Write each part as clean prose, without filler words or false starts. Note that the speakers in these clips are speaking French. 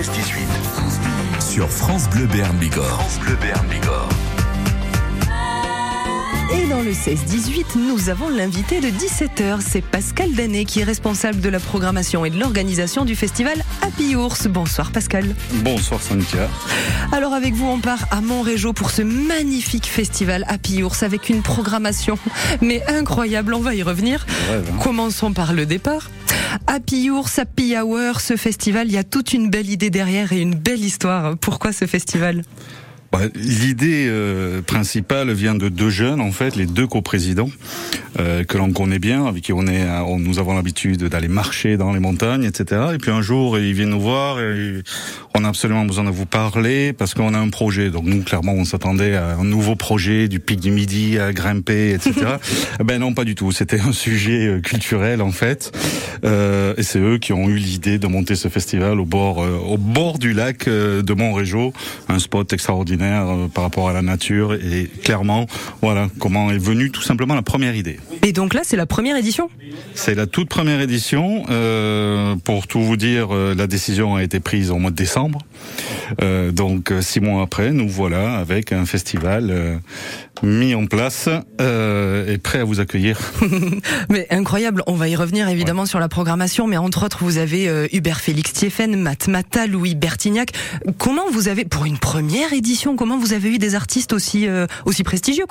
16-18. Sur France Bleu Béarn Bigorre. Et dans le 16-18, nous avons l'invité de 17h. C'est Pascal Danet qui est responsable de la programmation et de l'organisation du festival Happy Ours. Bonsoir Pascal. Bonsoir Cynthia. Alors avec vous, on part à Montrégeau pour ce magnifique festival Happy Ours avec une programmation mais incroyable. On va y revenir. Commençons par le départ. Happy Ours, Happy Hour, ce festival, il y a toute une belle idée derrière et une belle histoire. Pourquoi ce festival ? L'idée principale vient de deux jeunes, en fait, les deux coprésidents que l'on connaît bien, avec qui nous avons l'habitude d'aller marcher dans les montagnes, etc. Et puis un jour, ils viennent nous voir et on a absolument besoin de vous parler parce qu'on a un projet. Donc nous, clairement, on s'attendait à un nouveau projet, du pic du Midi à grimper, etc. Ben non, pas du tout. C'était un sujet culturel, en fait. Et c'est eux qui ont eu l'idée de monter ce festival au bord du lac de Montrégeau, un spot extraordinaire par rapport à la nature. Et clairement, voilà comment est venue tout simplement la première idée. Et donc là, c'est la première édition ? C'est la toute première édition. Pour tout vous dire, la décision a été prise au mois de décembre. Donc 6 mois après, nous voilà avec un festival mis en place et prêt à vous accueillir. Mais incroyable, on va y revenir évidemment sur la programmation, mais entre autres vous avez Hubert Félix Thieffen, Matt Mata, Louis Bertignac. Comment vous avez, pour une première édition, comment vous avez eu des artistes aussi prestigieux, quoi ?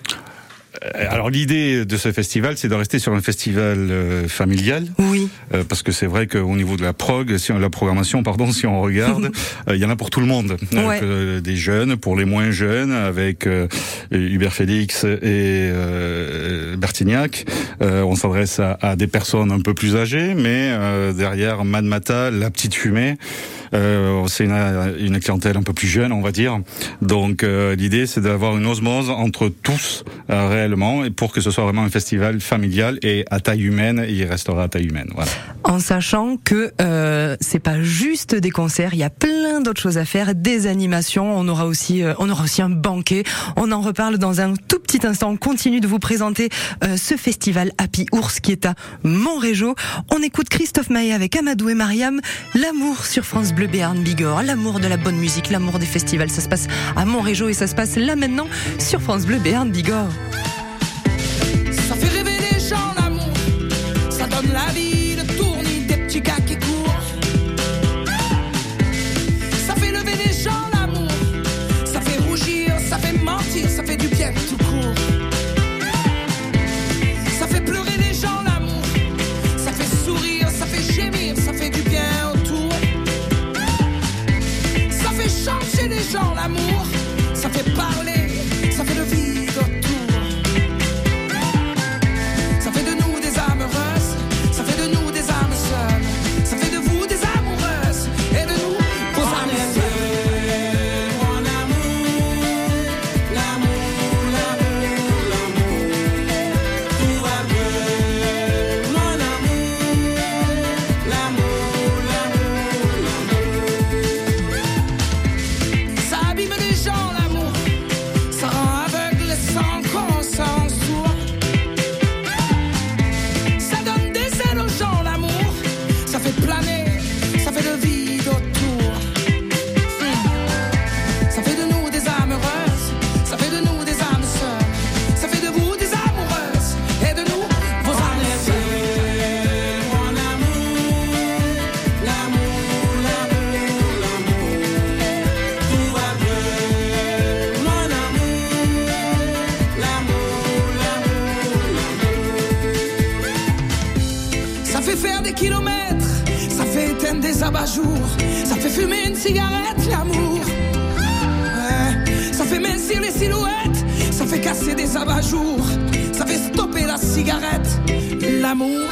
Alors l'idée de ce festival, c'est de rester sur un festival familial. Oui. Parce que c'est vrai qu'au niveau de la programmation, si on regarde, il y en a pour tout le monde. Ouais. Des jeunes, pour les moins jeunes, avec Hubert Félix et Bertignac. On s'adresse à des personnes un peu plus âgées, mais derrière Mad Mata, La Petite Fumée. C'est une clientèle un peu plus jeune, on va dire. Donc l'idée, c'est d'avoir une osmose entre tous réellement, et pour que ce soit vraiment un festival familial et à taille humaine, il restera à taille humaine. Voilà. En sachant que c'est pas juste des concerts, il y a plein d'autres choses à faire, des animations. On aura aussi un banquet. On en reparle dans un tout petit instant. On continue de vous présenter ce festival Happy Ours qui est à Montrégeau. On écoute Christophe Maé avec Amadou et Mariam. L'amour sur France Bleu Béarn Bigorre, l'amour de la bonne musique, l'amour des festivals. Ça se passe à Montrégeau et ça se passe là maintenant sur France Bleu Béarn Bigorre. Ça fait rêver les gens l'amour, ça donne la vie, le tournis des petits gars qui courent. Ça fait lever les gens l'amour, ça fait rougir, ça fait mentir, ça fait du bien tout court. Ça fait pleurer les gens l'amour, ça fait sourire, ça fait gémir, ça fait du bien autour. Ça fait changer les gens l'amour, ça fait parler, ça fait le vide autour. Ça fait de nous des âmes heureuses, ça fait de nous des âmes seules, ça fait de vous des amoureuses et de nous vos âmes seules. Mon amour, l'amour, l'amour, l'amour, tout va bien. Mon amour, l'amour, l'amour, l'amour. Ça abîme les gens l'amour, ça rend aveugle sans conscience sourd. Ça donne des ailes aux gens l'amour, ça fait planer, ça fait le vide autour. Ça fait de nous des âmes heureuses, ça fait de nous des âmes seules, ça fait de vous des amoureuses et de nous vos âmes seules. Mon amour, l'amour, l'amour, l'amour, tout va bien. Mon amour, l'amour, l'amour, l'amour. Ça fait faire des kilomètres, ça fait éteindre des abat-jours, ça fait fumer une cigarette, l'amour. Ouais. Ça fait mincir les silhouettes, ça fait casser des abat-jours, ça fait stopper la cigarette, l'amour.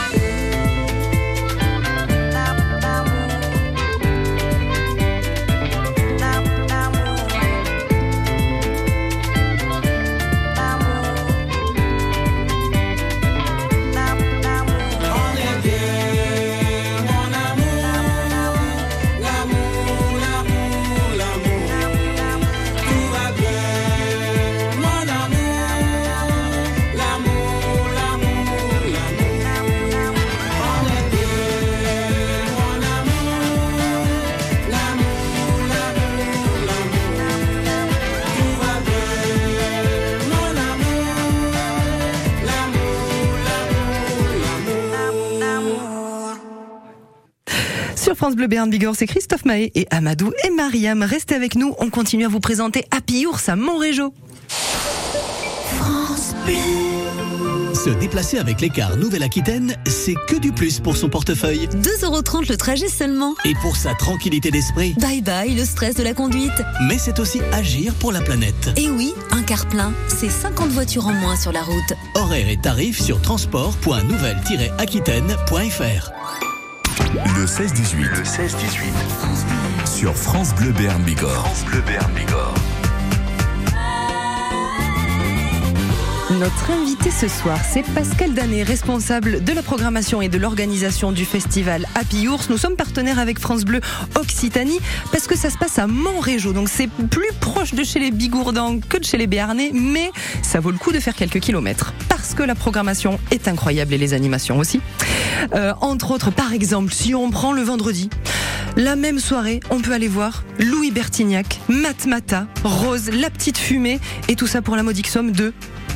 On est bien, mon amour, l'amour, l'amour, l'amour, tout va bien. Mon amour, l'amour, l'amour, l'amour. France Bleu Béarn Bigorre, c'est Christophe Mahé et Amadou et Mariam. Restez avec nous, on continue à vous présenter Happy Ours à Montrégeau. France Bleu. Se déplacer avec les cars Nouvelle-Aquitaine, c'est que du plus pour son portefeuille. 2,30 € le trajet seulement. Et pour sa tranquillité d'esprit. Bye bye le stress de la conduite. Mais c'est aussi agir pour la planète. Et oui, un car plein, c'est 50 voitures en moins sur la route. Horaires et tarifs sur transport.nouvelle-aquitaine.fr. Le 16-18. Sur France Bleu Béarn Bigorre. Notre invité ce soir, c'est Pascal Danet, responsable de la programmation et de l'organisation du festival Happy Ours. Nous sommes partenaires avec France Bleu Occitanie parce que ça se passe à Montrégeau. Donc c'est plus proche de chez les Bigourdans que de chez les Béarnais, mais ça vaut le coup de faire quelques kilomètres parce que la programmation est incroyable et les animations aussi. Entre autres, par exemple, si on prend le vendredi, la même soirée, on peut aller voir Louis Bertignac, Matmata, Rose, La Petite Fumée et tout ça pour la modique somme de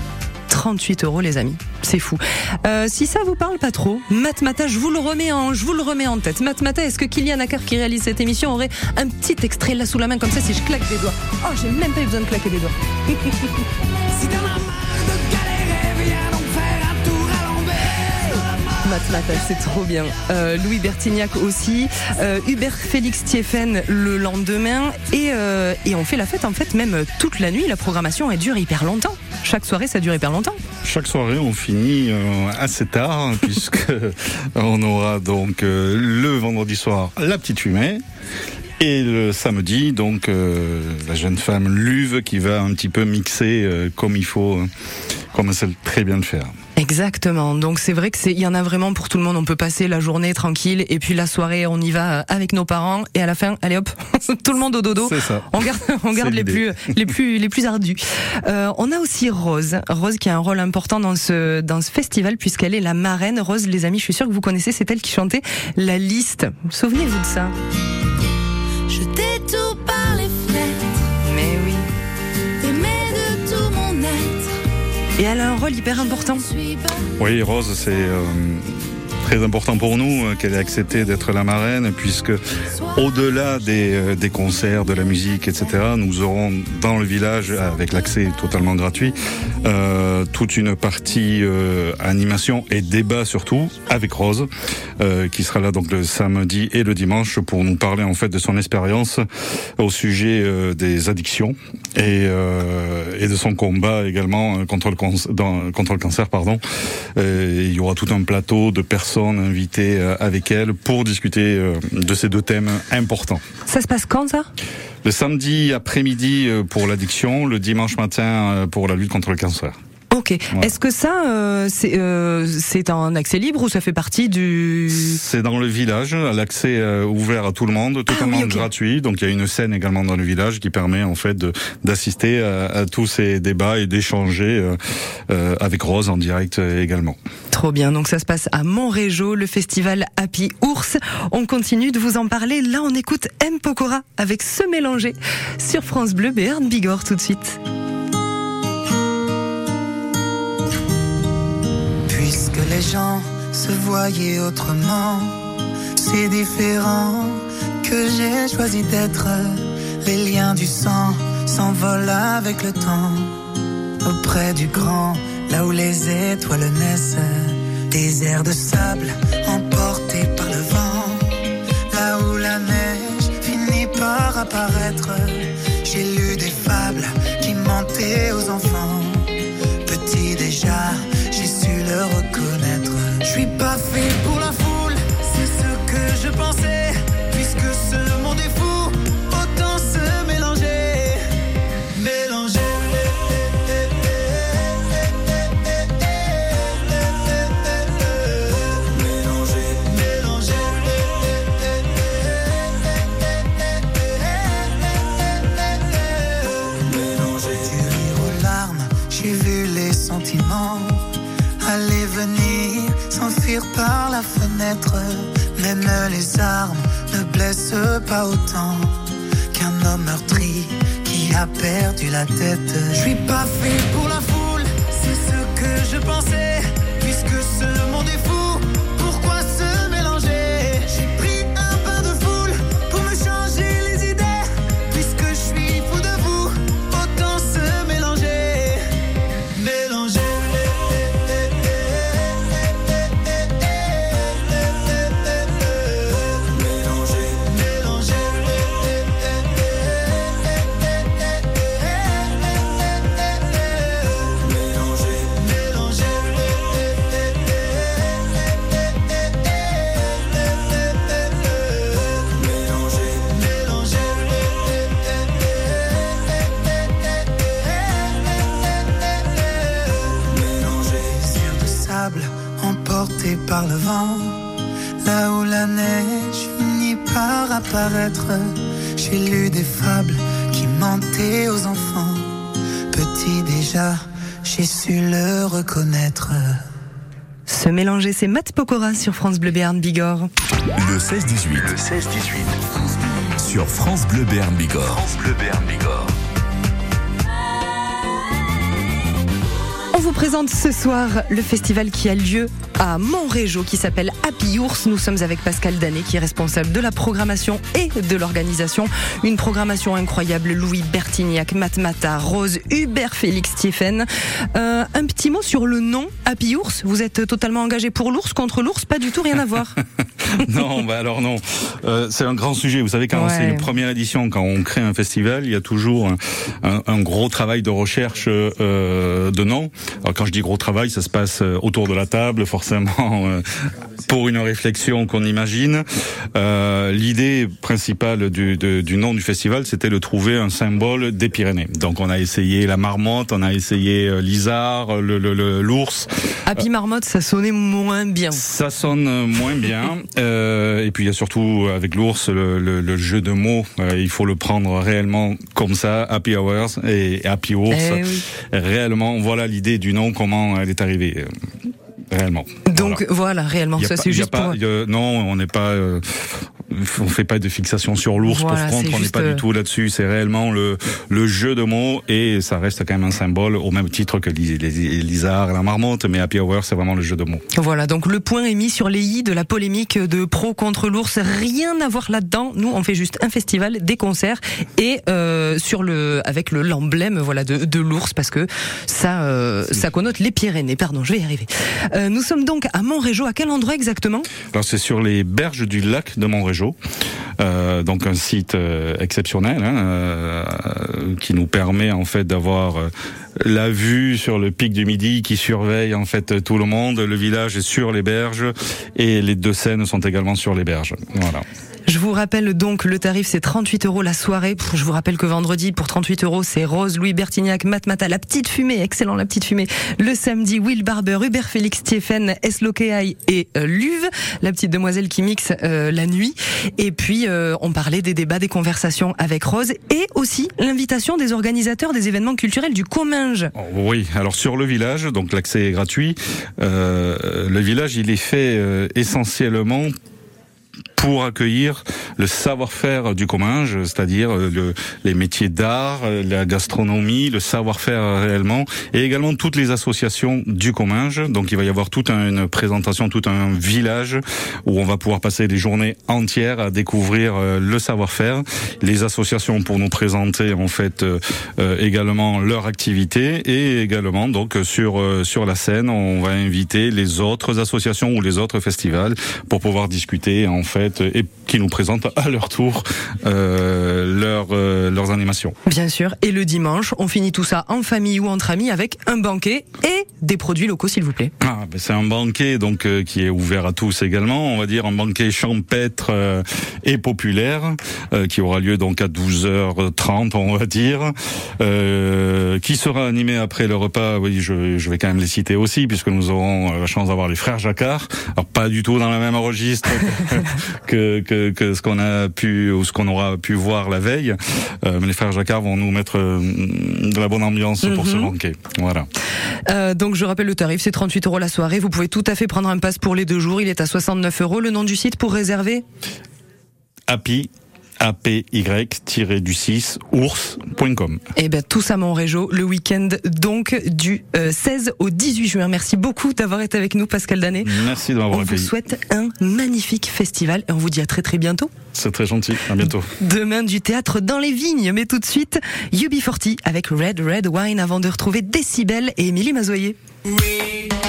38 € les amis, c'est fou. Si ça vous parle pas trop, Matmata, je vous le remets en tête. Matmata, est-ce que Kylian Acker qui réalise cette émission aurait un petit extrait là sous la main comme ça si je claque des doigts? Oh, j'ai même pas eu besoin de claquer des doigts. Si t'en as marre de galérer, viens donc faire un tour à l'envers. Matmata, c'est trop bien. Louis Bertignac aussi, Hubert Félix Thieffen le lendemain et on fait la fête en fait même toute la nuit. La programmation elle dure hyper longtemps. Chaque soirée ça dure hyper longtemps. Chaque soirée on finit assez tard puisque on aura donc le vendredi soir La Petite Fumée. Et le samedi, donc, la jeune femme Luve qui va un petit peu mixer comme il faut, comme elle sait très bien le faire. Exactement. Donc c'est vrai que il y en a vraiment pour tout le monde. On peut passer la journée tranquille et puis la soirée, on y va avec nos parents et à la fin, allez hop, tout le monde au dodo. C'est ça. On garde les plus ardus. On a aussi Rose qui a un rôle important dans ce festival puisqu'elle est la marraine. Rose, les amis, je suis sûre que vous connaissez, c'est elle qui chantait La Liste. Souvenez-vous de ça. Je t'ai tout par les fenêtres, Mais oui. aimé de tout mon être. Et elle a un rôle hyper important. Oui, Rose, c'est très important pour nous qu'elle ait accepté d'être la marraine, puisque au-delà des concerts, de la musique, etc., nous aurons dans le village, avec l'accès totalement gratuit, toute une partie animation et débat surtout avec Rose, qui sera là donc le samedi et le dimanche pour nous parler en fait de son expérience au sujet des addictions et de son combat également contre le cancer. Il y aura tout un plateau de personnes invitées avec elle pour discuter de ces deux thèmes importants. Ça se passe quand ça ? Le samedi après-midi pour l'addiction, le dimanche matin pour la lutte contre le cancer. Ok. Ouais. Est-ce que ça, c'est un accès libre ou ça fait partie du... C'est dans le village, l'accès ouvert à tout le monde, totalement gratuit. Donc il y a une scène également dans le village qui permet en fait d'assister à tous ces débats et d'échanger avec Rose en direct également. Trop bien. Donc ça se passe à Montrégeau, le festival Happy Ours. On continue de vous en parler. Là, on écoute M. Pokora avec Se Mélanger sur France Bleu Béarn Bigorre tout de suite. Puisque les gens se voyaient autrement, c'est différent que j'ai choisi d'être. Les liens du sang s'envolent avec le temps. Auprès du grand, là où les étoiles naissent, des airs de sable emportés par le vent. Là où la neige finit par apparaître, j'ai lu des fables qui mentaient aux enfants. Petit déjà, j'ai su le reconnaître. Je suis pas fait pour la foule, c'est ce que je pensais. Puisque ce monde est fou, autant se mélanger. Mélanger. Aller venir, s'enfuir par la fenêtre. Même les armes ne blessent pas autant qu'un homme meurtri qui a perdu la tête. Je suis pas fait pour la foule, c'est ce que je pensais. Puisque ce monde est fou, pourquoi se mélanger? J'ai pris un bain de fou. emporté par le vent. Là où la neige finit par apparaître, j'ai lu des fables qui mentaient aux enfants. Petit déjà, j'ai su le reconnaître. Se mélanger, c'est Matt Pokora sur France Bleu Béarn Bigorre. Le 16-18. Sur France Bleu Béarn Bigorre. On vous présente ce soir le festival qui a lieu à Montrégeau qui s'appelle Happy Ours. Nous sommes avec Pascal Danet qui est responsable de la programmation et de l'organisation. Une programmation incroyable. Louis Bertignac, Matmata, Rose, Hubert Félix Stéphane. Un petit mot sur le nom Happy Ours. Vous êtes totalement engagé pour l'ours, contre l'ours, pas du tout, rien à voir. Non, alors non. C'est un grand sujet. Vous savez, quand c'est une première édition, quand on crée un festival, il y a toujours un gros travail de recherche de nom. Alors quand je dis gros travail, ça se passe autour de la table, forcément pour une réflexion qu'on imagine. L'idée principale du nom du festival, c'était de trouver un symbole des Pyrénées. Donc on a essayé la marmotte, on a essayé l'isard, l'ours. Happy Marmotte, ça sonnait moins bien. Ça sonne moins bien. Et puis il y a surtout avec l'ours le jeu de mots. Il faut le prendre réellement comme ça, Happy Hours et Happy Ours. Oui. Réellement, voilà l'idée du nom, comment elle est arrivée. Réellement. Donc voilà réellement, ça c'est juste pour... Non, on n'est pas... on fait pas de fixation sur l'ours, voilà, pour contre, on n'est pas du tout là-dessus. C'est réellement le jeu de mots et ça reste quand même un symbole au même titre que l'isard et la marmotte, mais Happy Hour, c'est vraiment le jeu de mots. Voilà, donc le point est mis sur les i de la polémique de pro contre l'ours. Rien à voir là-dedans. Nous, on fait juste un festival, des concerts et avec l'emblème voilà de l'ours parce que ça connote les Pyrénées. Pardon, je vais y arriver. Nous sommes donc à Montrégeau. À quel endroit exactement ? Alors c'est sur les berges du lac de Montrégeau. Donc un site exceptionnel qui nous permet en fait d'avoir la vue sur le pic du Midi qui surveille en fait tout le monde. Le village est sur les berges et les deux scènes sont également sur les berges. Voilà. Je vous rappelle donc le tarif, c'est 38 € la soirée. Je vous rappelle que vendredi, pour 38 €, c'est Rose, Louis Bertignac, Matmata, La Petite Fumée, excellent La Petite Fumée. Le samedi, Will Barber, Hubert Félix Stéphane, Esloqueaï et Luve, la petite demoiselle qui mixe la nuit. Et puis, on parlait des débats, des conversations avec Rose et aussi l'invitation des organisateurs des événements culturels du Comminges. Oh, oui, alors sur le village, donc l'accès est gratuit. Le village, il est fait essentiellement pour accueillir le savoir-faire du Comminges, c'est-à-dire les métiers d'art, la gastronomie, le savoir-faire réellement, et également toutes les associations du Comminges. Donc il va y avoir toute une présentation, tout un village où on va pouvoir passer des journées entières à découvrir le savoir-faire, les associations pour nous présenter en fait également leur activité, et également donc sur la scène on va inviter les autres associations ou les autres festivals pour pouvoir discuter en fait et qui nous présentent à leur tour leurs animations. Bien sûr, et le dimanche, on finit tout ça en famille ou entre amis avec un banquet et des produits locaux s'il vous plaît. C'est un banquet donc qui est ouvert à tous également, on va dire un banquet champêtre et populaire qui aura lieu donc à 12h30 on va dire, qui sera animé après le repas. Oui, je vais quand même les citer aussi puisque nous aurons la chance d'avoir les frères Jacquard. Alors pas du tout dans le même registre que ce qu'on a pu ou ce qu'on aura pu voir la veille, mais les frères Jacquard vont nous mettre de la bonne ambiance pour ce banquet. Voilà. Donc je rappelle le tarif, c'est 38 € la soirée. Vous pouvez tout à fait prendre un pass pour les 2 jours. Il est à 69 €. Le nom du site pour réserver ? Happy apy-ours.com. Et ben tout ça Montrégeau, le week-end donc du 16 au 18 juin. Merci beaucoup d'avoir été avec nous Pascal Danet. Merci de m'avoir accueilli. On vous souhaite un magnifique festival et on vous dit à très très bientôt. C'est très gentil, à bientôt. Demain du théâtre dans les vignes, mais tout de suite UB40 avec Red Wine avant de retrouver Décibel et Émilie Mazoyer. Oui.